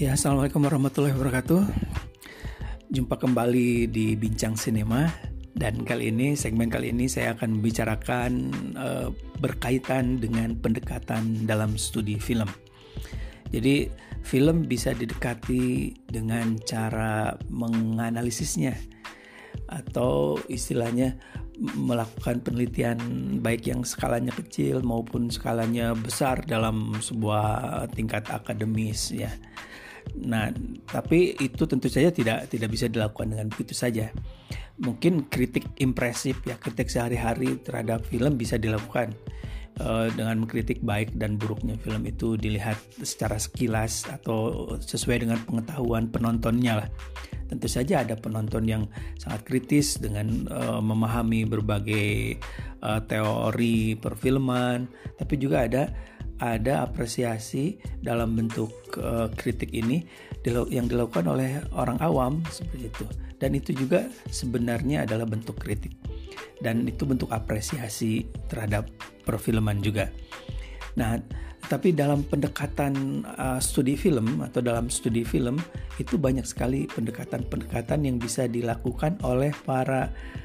Ya, Assalamualaikum warahmatullahi wabarakatuh. Jumpa kembali di Bincang Sinema. Dan segmen kali ini saya akan membicarakan berkaitan dengan pendekatan dalam studi film. Jadi film bisa didekati dengan cara menganalisisnya, atau istilahnya melakukan penelitian baik yang skalanya kecil maupun skalanya besar dalam sebuah tingkat akademis ya. Nah, tapi itu tentu saja tidak bisa dilakukan dengan begitu saja. Mungkin kritik impresif ya, kritik sehari-hari terhadap film bisa dilakukan dengan mengkritik baik dan buruknya film itu dilihat secara sekilas atau sesuai dengan pengetahuan penontonnya lah. Tentu saja ada penonton yang sangat kritis dengan memahami berbagai teori perfilman, tapi juga ada apresiasi dalam bentuk kritik ini yang dilakukan oleh orang awam seperti itu, dan itu juga sebenarnya adalah bentuk kritik dan itu bentuk apresiasi terhadap perfilman juga. Nah, tapi dalam pendekatan studi film atau dalam studi film itu banyak sekali pendekatan yang bisa dilakukan oleh para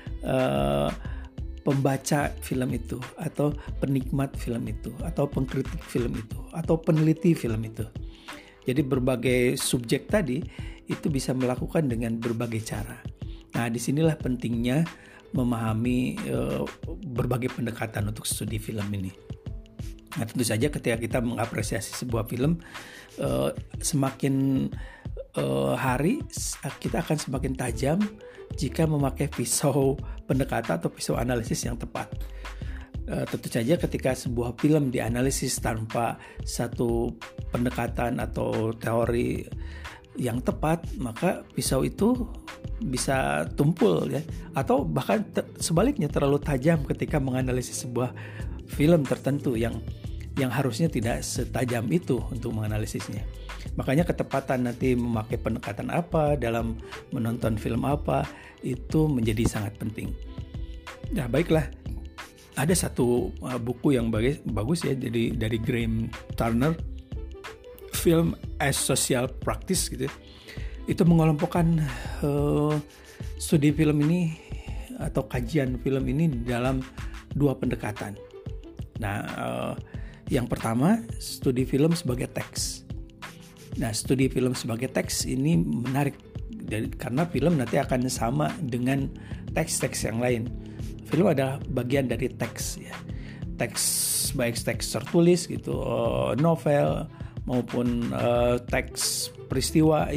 pembaca film itu, atau penikmat film itu, atau pengkritik film itu, atau peneliti film itu. Jadi berbagai subjek tadi itu bisa melakukan dengan berbagai cara. Nah, disinilah pentingnya memahami berbagai pendekatan untuk studi film ini. Nah, tentu saja ketika kita mengapresiasi sebuah film, semakin hari kita akan semakin tajam jika memakai pisau pendekatan atau pisau analisis yang tepat. Tentu saja ketika sebuah film dianalisis tanpa satu pendekatan atau teori yang tepat, maka pisau itu bisa tumpul ya, atau bahkan sebaliknya terlalu tajam ketika menganalisis sebuah film tertentu yang harusnya tidak setajam itu untuk menganalisisnya. Makanya ketepatan nanti memakai pendekatan apa dalam menonton film apa itu menjadi sangat penting. Nah, baiklah, ada satu buku yang bagus ya, dari Graham Turner, Film as Social Practice gitu. Itu mengelompokkan studi film ini atau kajian film ini dalam dua pendekatan. Nah, yang pertama, studi film sebagai teks. Nah, studi film sebagai teks ini menarik karena film nanti akan sama dengan teks-teks yang lain. Film adalah bagian dari teks ya. Teks baik teks tertulis gitu, novel maupun teks peristiwa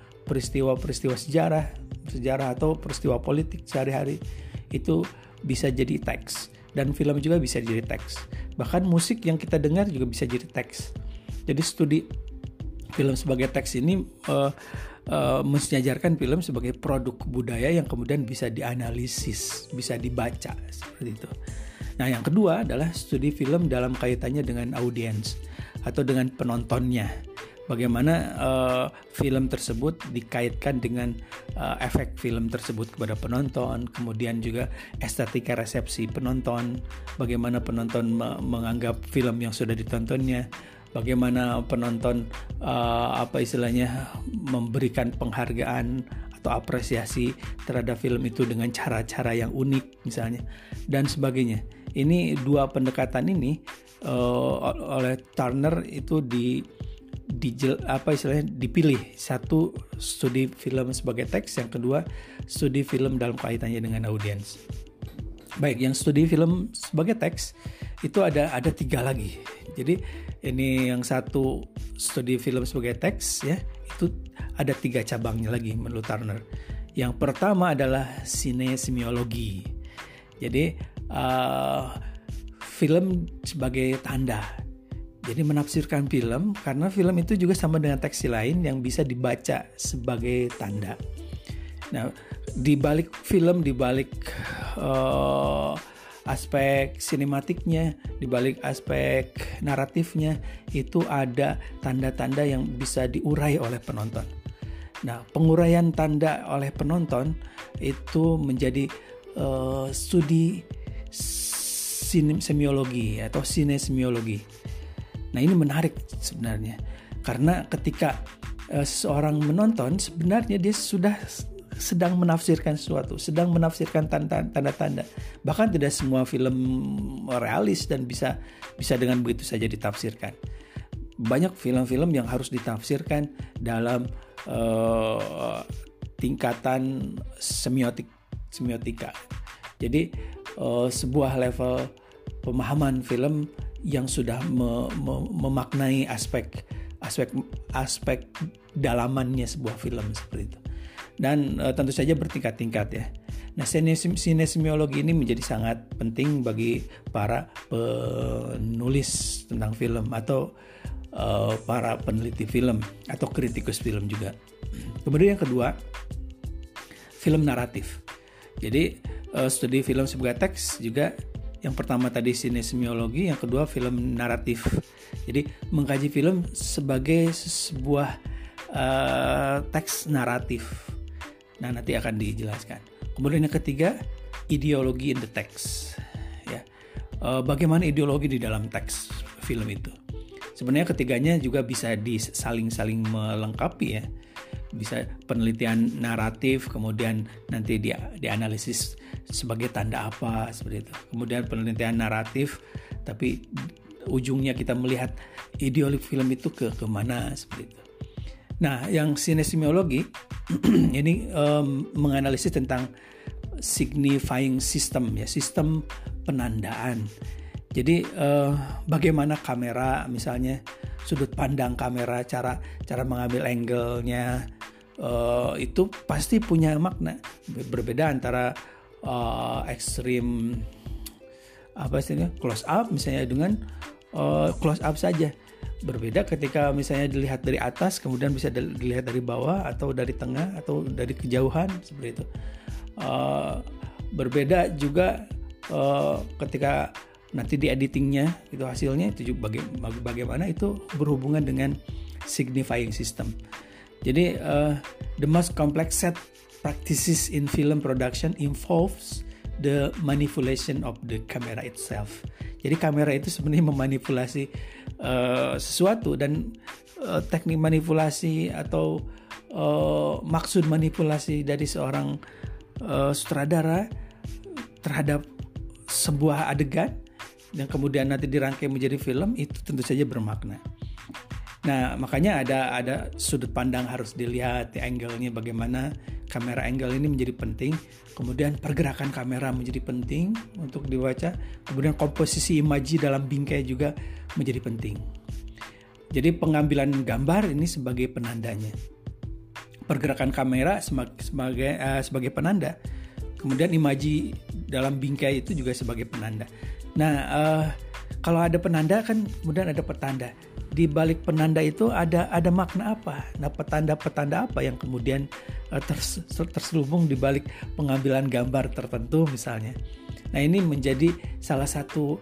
sejarah atau peristiwa politik sehari-hari itu bisa jadi teks, dan film juga bisa jadi teks. Bahkan musik yang kita dengar juga bisa jadi teks. Jadi studi film sebagai teks ini mensejajarkan film sebagai produk budaya yang kemudian bisa dianalisis, bisa dibaca seperti itu. Nah, yang kedua adalah studi film dalam kaitannya dengan audiens atau dengan penontonnya. Bagaimana film tersebut dikaitkan dengan efek film tersebut kepada penonton, kemudian juga estetika resepsi penonton, bagaimana penonton menganggap film yang sudah ditontonnya, bagaimana penonton memberikan penghargaan atau apresiasi terhadap film itu dengan cara-cara yang unik misalnya, dan sebagainya. Ini dua pendekatan ini oleh Turner itu dipilih. Satu, studi film sebagai teks, yang kedua studi film dalam kaitannya dengan audiens. Baik, yang studi film sebagai teks itu ada tiga lagi. Jadi ini yang satu studi film sebagai teks ya, itu ada tiga cabangnya lagi menurut Turner. Yang pertama adalah sinesemiologi. Jadi film sebagai tanda. Jadi menafsirkan film, karena film itu juga sama dengan teks lain yang bisa dibaca sebagai tanda. Nah, di balik film, di balik aspek sinematiknya, di balik aspek naratifnya, itu ada tanda-tanda yang bisa diurai oleh penonton. Nah, penguraian tanda oleh penonton itu menjadi studi semiologi atau sinesemiologi. Nah, ini menarik sebenarnya, karena ketika seseorang menonton sebenarnya dia sudah sedang menafsirkan sesuatu, sedang menafsirkan tanda-tanda. Bahkan tidak semua film realis dan bisa dengan begitu saja ditafsirkan. Banyak film-film yang harus ditafsirkan dalam tingkatan semiotika. Jadi sebuah level pemahaman film yang sudah memaknai aspek dalamannya sebuah film seperti itu. Dan tentu saja bertingkat-tingkat ya. Nah, sinesemiologi ini menjadi sangat penting bagi para penulis tentang film atau para peneliti film atau kritikus film juga. Kemudian yang kedua, film naratif. Jadi studi film sebagai teks juga. Yang pertama tadi sinesemiologi, yang kedua film naratif. Jadi mengkaji film sebagai sebuah teks naratif. Nah, nanti akan dijelaskan. Kemudian yang ketiga, ideologi in the text. Ya, bagaimana ideologi di dalam teks film itu. Sebenarnya ketiganya juga bisa saling melengkapi ya. Bisa penelitian naratif, kemudian nanti dianalisis sebagai tanda apa seperti itu. Kemudian penelitian naratif, tapi ujungnya kita melihat ideologi film itu kemana seperti itu. Nah, yang sinesemiologi ini menganalisis tentang signifying system ya, sistem penandaan. Jadi bagaimana kamera, misalnya sudut pandang kamera, cara mengambil angle-nya, itu pasti punya makna. Berbeda antara ekstrim close up misalnya dengan close up saja. Berbeda ketika misalnya dilihat dari atas, kemudian bisa dilihat dari bawah atau dari tengah atau dari kejauhan seperti itu. Berbeda juga ketika nanti di editingnya itu hasilnya itu juga bagaimana itu berhubungan dengan signifying system. Jadi the most complex set practices in film production involves the manipulation of the camera itself. Jadi kamera itu sebenarnya memanipulasi sesuatu, dan teknik manipulasi atau maksud manipulasi dari seorang sutradara terhadap sebuah adegan yang kemudian nanti dirangkai menjadi film itu tentu saja bermakna. Nah, makanya ada sudut pandang harus dilihat, angle-nya bagaimana, kamera angle ini menjadi penting. Kemudian pergerakan kamera menjadi penting untuk dibaca. Kemudian komposisi imaji dalam bingkai juga menjadi penting. Jadi pengambilan gambar ini sebagai penandanya. Pergerakan kamera sebagai penanda. Kemudian imaji dalam bingkai itu juga sebagai penanda. Nah, kalau ada penanda kan kemudian ada petanda. Di balik penanda itu ada makna apa? Nah, petanda apa yang kemudian terselubung di balik pengambilan gambar tertentu misalnya. Nah, ini menjadi salah satu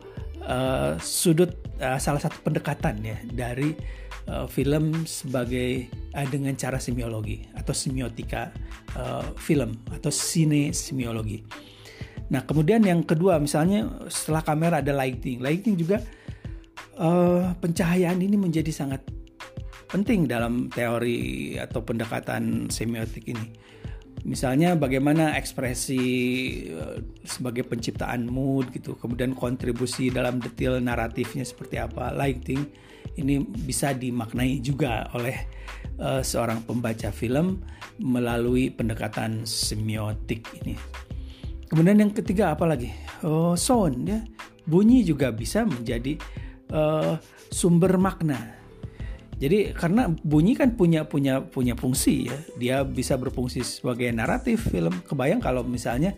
salah satu pendekatan ya dari film sebagai dengan cara semiologi atau semiotika film atau sinesemiologi. Nah, kemudian yang kedua misalnya setelah kamera ada lighting juga. Pencahayaan ini menjadi sangat penting dalam teori atau pendekatan semiotik ini. Misalnya bagaimana ekspresi sebagai penciptaan mood gitu, kemudian kontribusi dalam detail naratifnya seperti apa. Lighting ini bisa dimaknai juga oleh seorang pembaca film melalui pendekatan semiotik ini. Kemudian yang ketiga apa lagi? Sound ya. Bunyi juga bisa menjadi sumber makna. Jadi karena bunyi kan punya fungsi ya, dia bisa berfungsi sebagai naratif film. Kebayang kalau misalnya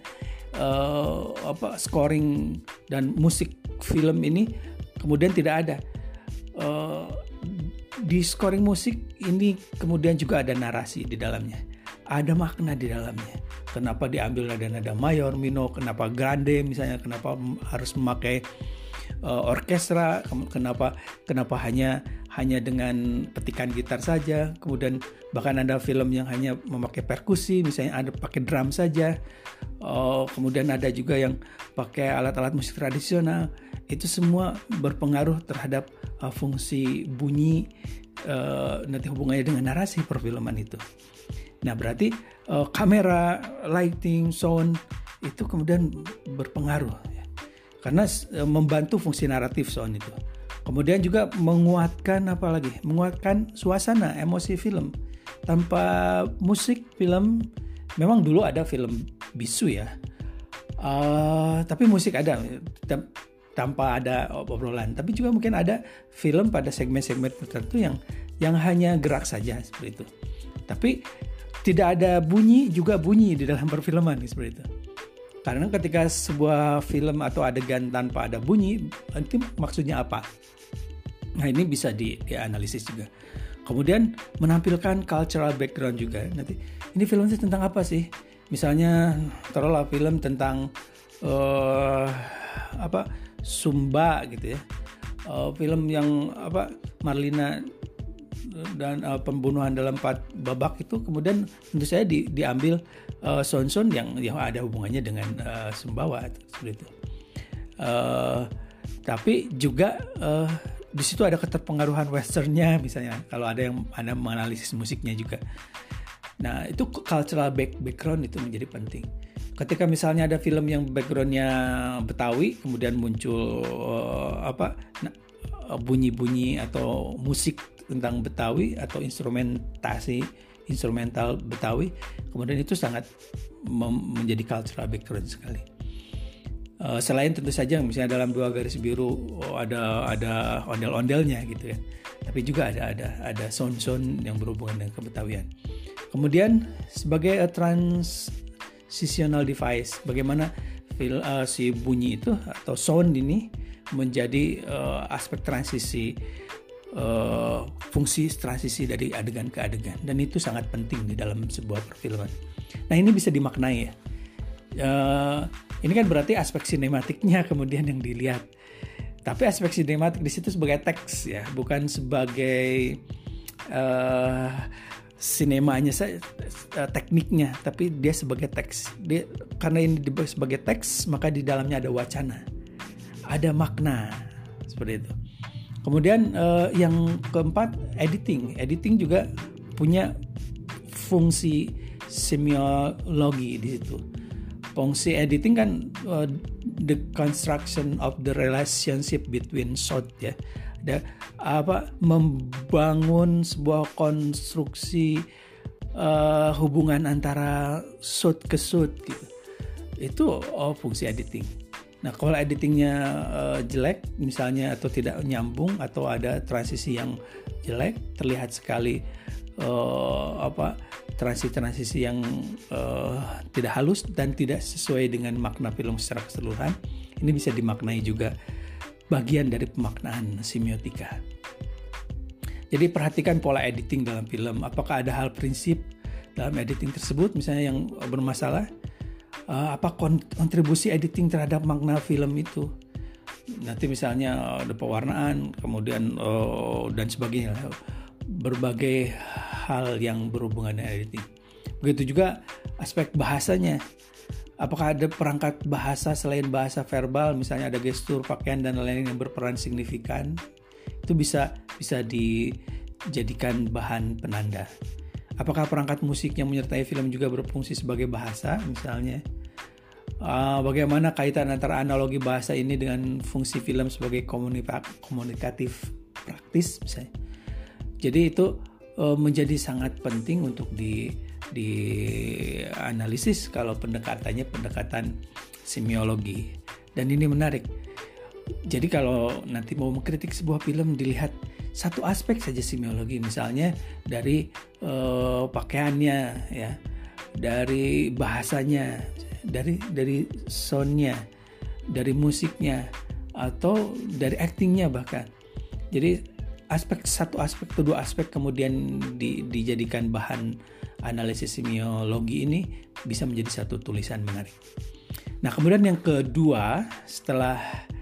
scoring dan musik film ini kemudian tidak ada. Di scoring musik ini kemudian juga ada narasi di dalamnya, ada makna di dalamnya. Kenapa diambil nada mayor, minor, kenapa grande misalnya, kenapa harus memakai orkestra, kenapa hanya dengan petikan gitar saja. Kemudian bahkan ada film yang hanya memakai perkusi, misalnya ada pakai drum saja. Kemudian ada juga yang pakai alat-alat musik tradisional. Itu semua berpengaruh terhadap fungsi bunyi nanti hubungannya dengan narasi perfilman itu. Nah berarti kamera, lighting, sound itu kemudian berpengaruh ya. Karena membantu fungsi naratif sound itu. Kemudian juga menguatkan menguatkan suasana, emosi film. Tanpa musik film, memang dulu ada film bisu ya. Tapi musik ada tanpa ada obrolan. Tapi juga mungkin ada film pada segmen-segmen tertentu yang hanya gerak saja seperti itu. Tapi tidak ada bunyi di dalam perfilman seperti itu. Karena ketika sebuah film atau adegan tanpa ada bunyi, nanti maksudnya apa? Nah ini bisa dianalisis juga. Kemudian menampilkan cultural background juga. Nanti ini filmnya tentang apa sih? Misalnya taruhlah film tentang Sumba gitu ya. Film yang Marlina dan pembunuhan dalam 4 babak itu kemudian tentu saya diambil sound-sound yang ada hubungannya dengan Sumbawa seperti itu. Tapi juga di situ ada keterpengaruhan westernnya misalnya kalau ada yang Anda menganalisis musiknya juga. Nah itu cultural background itu menjadi penting. Ketika misalnya ada film yang backgroundnya Betawi kemudian muncul bunyi-bunyi atau musik tentang Betawi atau instrumental Betawi, kemudian itu sangat menjadi cultural background sekali. Selain tentu saja misalnya dalam 2 garis biru ada ondel-ondelnya gitu ya, tapi juga ada sound-sound yang berhubungan dengan kebetawian. Kemudian sebagai transitional device, bagaimana si bunyi itu atau sound ini menjadi aspek transisi, fungsi transisi dari adegan ke adegan, dan itu sangat penting di dalam sebuah perfilman. Nah ini bisa dimaknai ya. Ini kan berarti aspek sinematiknya kemudian yang dilihat. Tapi aspek sinematik di situ sebagai teks ya, bukan sebagai sinemanya tekniknya, tapi dia sebagai teks. Karena ini sebagai teks, maka di dalamnya ada wacana, ada makna seperti itu. Kemudian yang keempat editing juga punya fungsi semiologi di situ. Fungsi editing kan the construction of the relationship between shot ya. Ada membangun sebuah konstruksi hubungan antara shot ke shot gitu. Itu fungsi editing. Nah kalau editingnya jelek misalnya atau tidak nyambung atau ada transisi yang jelek, terlihat sekali transisi yang tidak halus dan tidak sesuai dengan makna film secara keseluruhan, ini bisa dimaknai juga bagian dari pemaknaan semiotika. Jadi perhatikan pola editing dalam film, apakah ada hal prinsip dalam editing tersebut misalnya yang bermasalah. Apa kontribusi editing terhadap makna film itu. Nanti misalnya ada pewarnaan, kemudian dan sebagainya, berbagai hal yang berhubungan dengan editing. Begitu juga aspek bahasanya. Apakah ada perangkat bahasa selain bahasa verbal, misalnya ada gestur, pakaian dan lain-lain yang berperan signifikan. Itu bisa dijadikan bahan penanda. Apakah perangkat musik yang menyertai film juga berfungsi sebagai bahasa misalnya? Bagaimana kaitan antara analogi bahasa ini dengan fungsi film sebagai komunikatif praktis misalnya. Jadi itu menjadi sangat penting untuk dianalisis kalau pendekatannya pendekatan semiologi. Dan ini menarik. Jadi kalau nanti mau mengkritik sebuah film dilihat satu aspek saja semiologi, misalnya dari pakaiannya ya, dari bahasanya, dari soundnya, dari musiknya, atau dari actingnya bahkan. Jadi satu aspek atau 2 aspek kemudian dijadikan bahan analisis semiologi ini bisa menjadi satu tulisan menarik. Nah kemudian yang kedua setelah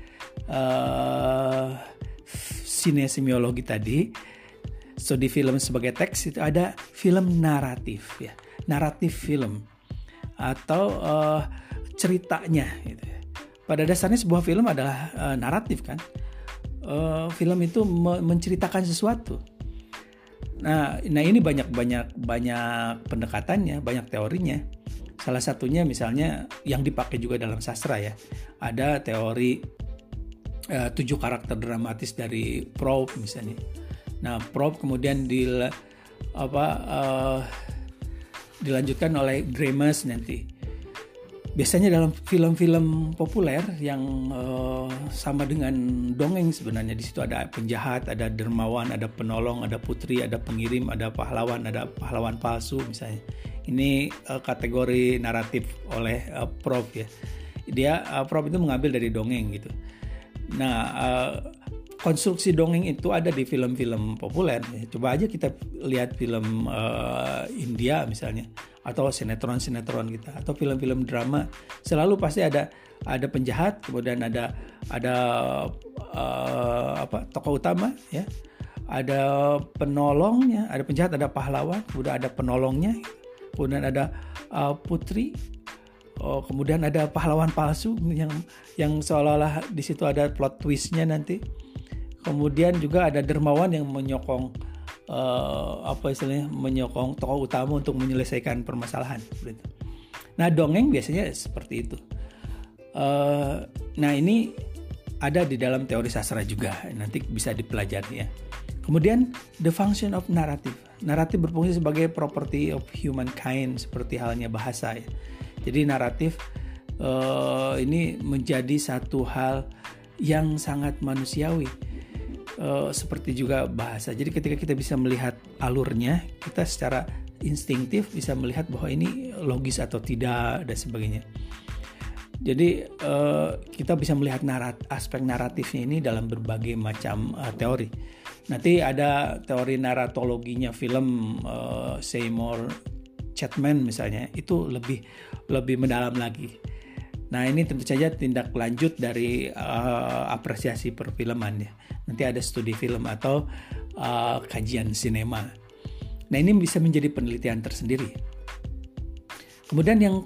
sinesemiologi tadi, studi film sebagai teks, itu ada film naratif ya, naratif film atau ceritanya gitu. Pada dasarnya sebuah film adalah naratif kan. Film itu menceritakan sesuatu. Nah ini banyak pendekatannya, banyak teorinya. Salah satunya misalnya yang dipakai juga dalam sastra ya, ada teori 7 karakter dramatis dari Proust misalnya. Nah Proust kemudian dilanjutkan oleh Gramsci nanti. Biasanya dalam film-film populer yang sama dengan dongeng sebenarnya, di situ ada penjahat, ada dermawan, ada penolong, ada putri, ada pengirim, ada pahlawan palsu misalnya. Ini kategori naratif oleh Proust ya. Proust itu mengambil dari dongeng gitu. Nah, konstruksi dongeng itu ada di film-film populer. Coba aja kita lihat film India misalnya, atau sinetron-sinetron kita, atau film-film drama, selalu pasti ada penjahat, kemudian ada tokoh utama ya, ada penolongnya, ada penjahat, ada pahlawan, kemudian ada penolongnya, kemudian ada putri, kemudian ada pahlawan palsu yang seolah-olah di situ ada plot twistnya nanti. Kemudian juga ada dermawan yang menyokong menyokong tokoh utama untuk menyelesaikan permasalahan. Nah dongeng biasanya seperti itu. Nah ini ada di dalam teori sastra juga, nanti bisa dipelajari ya. Kemudian the function of narrative. Naratif berfungsi sebagai property of humankind, seperti halnya bahasa ya. Jadi naratif ini menjadi satu hal yang sangat manusiawi. Seperti juga bahasa. Jadi ketika kita bisa melihat alurnya, kita secara instinktif bisa melihat bahwa ini logis atau tidak dan sebagainya. Jadi kita bisa melihat aspek naratifnya ini dalam berbagai macam teori. Nanti ada teori naratologinya film Seymour Chapman misalnya, itu lebih mendalam lagi. Nah ini tentu saja tindak lanjut dari apresiasi perfilman ya. Nanti ada studi film atau kajian sinema. Nah ini bisa menjadi penelitian tersendiri. Kemudian yang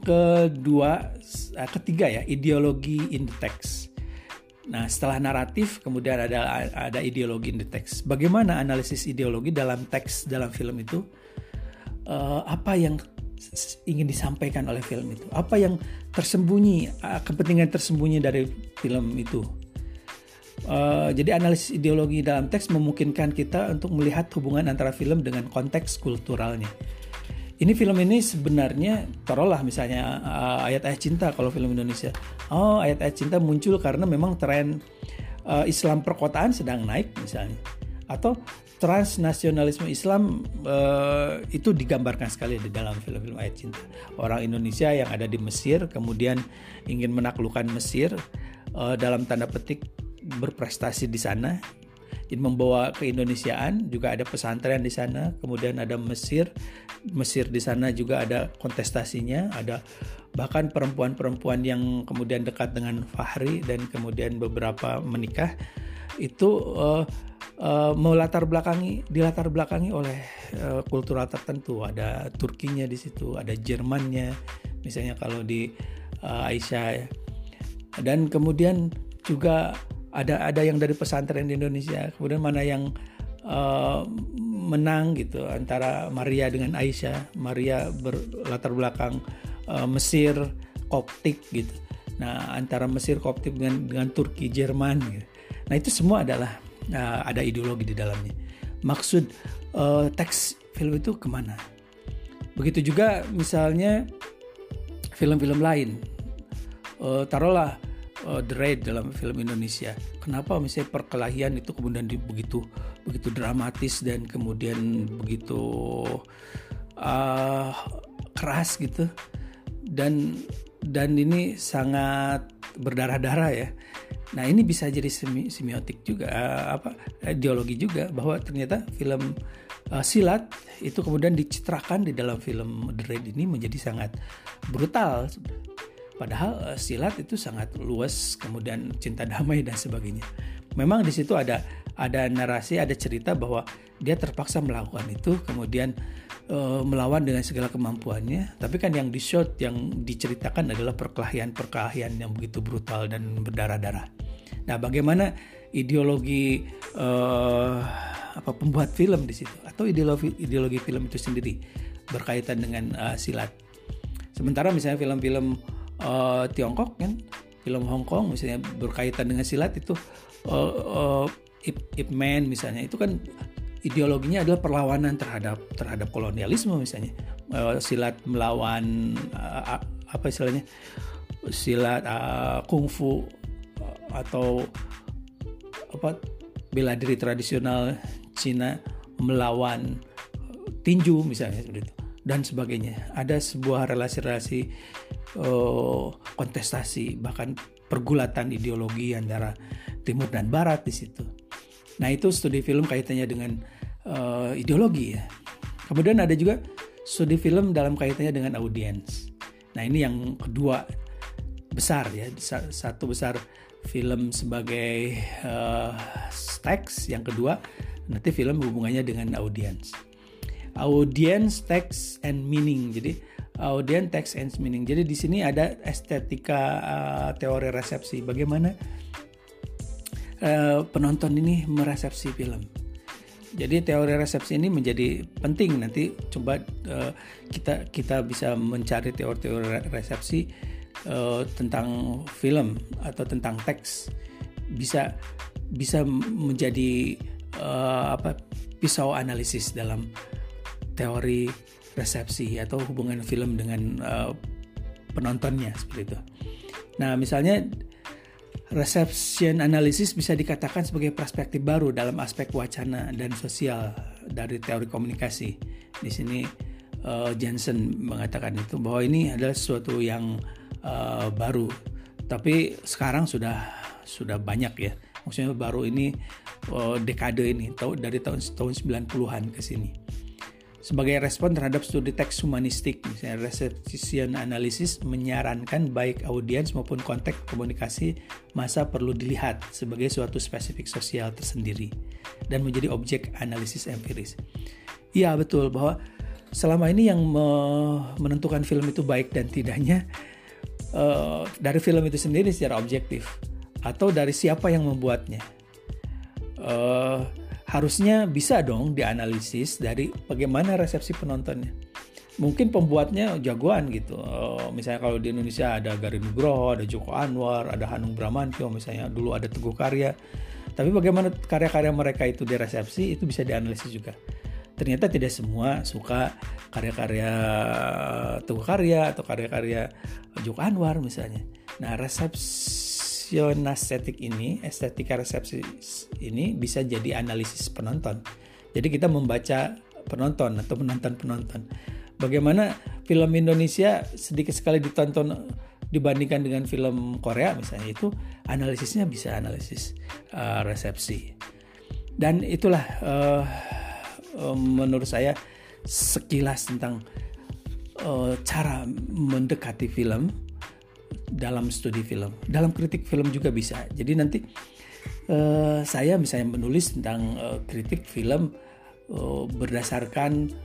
ketiga ya, ideologi in the text. Nah setelah naratif kemudian ada ideologi in the text. Bagaimana analisis ideologi dalam teks dalam film itu? Apa yang ingin disampaikan oleh film itu? Apa yang tersembunyi, kepentingan tersembunyi dari film itu? Jadi analisis ideologi dalam teks memungkinkan kita untuk melihat hubungan antara film dengan konteks kulturalnya. Ini film ini sebenarnya, taruhlah misalnya ayat-ayat cinta kalau film Indonesia. Ayat-ayat cinta muncul karena memang tren Islam perkotaan sedang naik misalnya. Atau transnasionalisme Islam itu digambarkan sekali di dalam film-film ayat cinta. Orang Indonesia yang ada di Mesir kemudian ingin menaklukkan Mesir, dalam tanda petik berprestasi di sana, jadi membawa keindonesiaan. Juga ada pesantren di sana, kemudian ada Mesir di sana juga ada kontestasinya, ada bahkan perempuan-perempuan yang kemudian dekat dengan Fahri dan kemudian beberapa menikah. Itu dilatar belakangi oleh kultural tertentu. Ada Turkinya di situ, ada Jermannya misalnya kalau di Aisyah ya. Dan kemudian juga ada yang dari pesantren di Indonesia. Kemudian mana yang menang gitu antara Maria dengan Aisyah. Maria berlatar belakang Mesir Koptik gitu. Nah antara Mesir Koptik dengan Turki Jerman gitu. Nah itu semua adalah ada ideologi di dalamnya. Maksud teks film itu kemana? Begitu juga misalnya film-film lain. Taruhlah The Raid dalam film Indonesia. Kenapa misalnya perkelahian itu kemudian begitu dramatis dan kemudian begitu keras gitu, dan ini sangat berdarah-darah ya. Nah ini bisa jadi semiotik juga, ideologi juga, bahwa ternyata film silat itu kemudian dicitrakan di dalam film The Raid ini menjadi sangat brutal. Padahal silat itu sangat luas, kemudian cinta damai dan sebagainya. Memang di situ ada narasi, ada cerita bahwa dia terpaksa melakukan itu, kemudian melawan dengan segala kemampuannya. Tapi kan yang di-shot, yang diceritakan adalah perkelahian yang begitu brutal dan berdarah-darah. Nah, bagaimana ideologi pembuat film di situ atau ideologi film itu sendiri berkaitan dengan silat. Sementara misalnya film-film Tiongkok kan, film Hong Kong misalnya berkaitan dengan silat itu Ip Man misalnya, itu kan ideologinya adalah perlawanan terhadap kolonialisme misalnya. Silat melawan apa istilahnya? Silat kungfu atau bela diri tradisional Cina melawan tinju misalnya seperti itu dan sebagainya. Ada sebuah relasi kontestasi, bahkan pergulatan ideologi antara timur dan barat di situ. Nah, itu studi film kaitannya dengan ideologi ya. Kemudian ada juga studi film dalam kaitannya dengan audiens. Nah, ini yang kedua besar ya. Satu besar film sebagai teks, yang kedua nanti film hubungannya dengan audiens. Audience, text, and meaning. Jadi audience, text, and meaning. Jadi di sini ada estetika teori resepsi. Bagaimana penonton ini meresepsi film. Jadi teori resepsi ini menjadi penting. Nanti coba kita bisa mencari teori-teori resepsi tentang film atau tentang teks. Bisa menjadi pisau analisis dalam teori resepsi atau hubungan film dengan penontonnya seperti itu. Nah, misalnya reception analysis bisa dikatakan sebagai perspektif baru dalam aspek wacana dan sosial dari teori komunikasi. Di sini Jensen mengatakan itu bahwa ini adalah sesuatu yang baru, tapi sekarang sudah banyak ya. Maksudnya baru ini dekade ini dari tahun 90-an ke sini. Sebagai respon terhadap studi teks humanistik, misalnya reception analysis menyarankan baik audiens maupun konteks komunikasi massa perlu dilihat sebagai suatu spesifik sosial tersendiri dan menjadi objek analisis empiris. Iya, betul bahwa selama ini yang menentukan film itu baik dan tidaknya dari film itu sendiri secara objektif atau dari siapa yang membuatnya. Harusnya bisa dong dianalisis dari bagaimana resepsi penontonnya. Mungkin pembuatnya jagoan gitu. Misalnya kalau di Indonesia ada Garin Nugroho, ada Joko Anwar, ada Hanung Bramantyo, misalnya dulu ada Teguh Karya. Tapi bagaimana karya-karya mereka itu diresepsi, itu bisa dianalisis juga. Ternyata tidak semua suka karya-karya Teguh Karya atau karya-karya Joko Anwar misalnya. Nah, estetika resepsi ini bisa jadi analisis penonton. Jadi kita membaca penonton atau penonton. Bagaimana film Indonesia sedikit sekali ditonton dibandingkan dengan film Korea misalnya, itu analisisnya bisa analisis resepsi. Dan itulah menurut saya sekilas tentang cara mendekati film dalam studi film, dalam kritik film juga bisa. Jadi nanti saya misalnya menulis tentang kritik film berdasarkan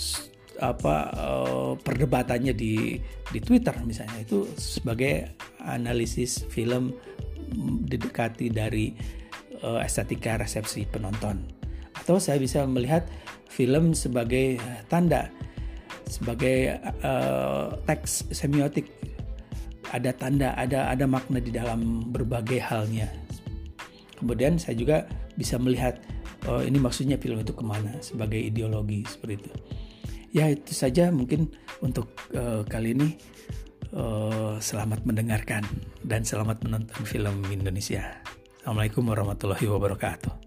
perdebatannya di Twitter misalnya, itu sebagai analisis film didekati dari estetika resepsi penonton. Atau saya bisa melihat film sebagai tanda, sebagai teks semiotik. Ada tanda, ada makna di dalam berbagai halnya. Kemudian saya juga bisa melihat ini maksudnya film itu kemana sebagai ideologi seperti itu. Ya, itu saja mungkin untuk kali ini. Selamat mendengarkan dan selamat menonton film Indonesia. Assalamualaikum warahmatullahi wabarakatuh.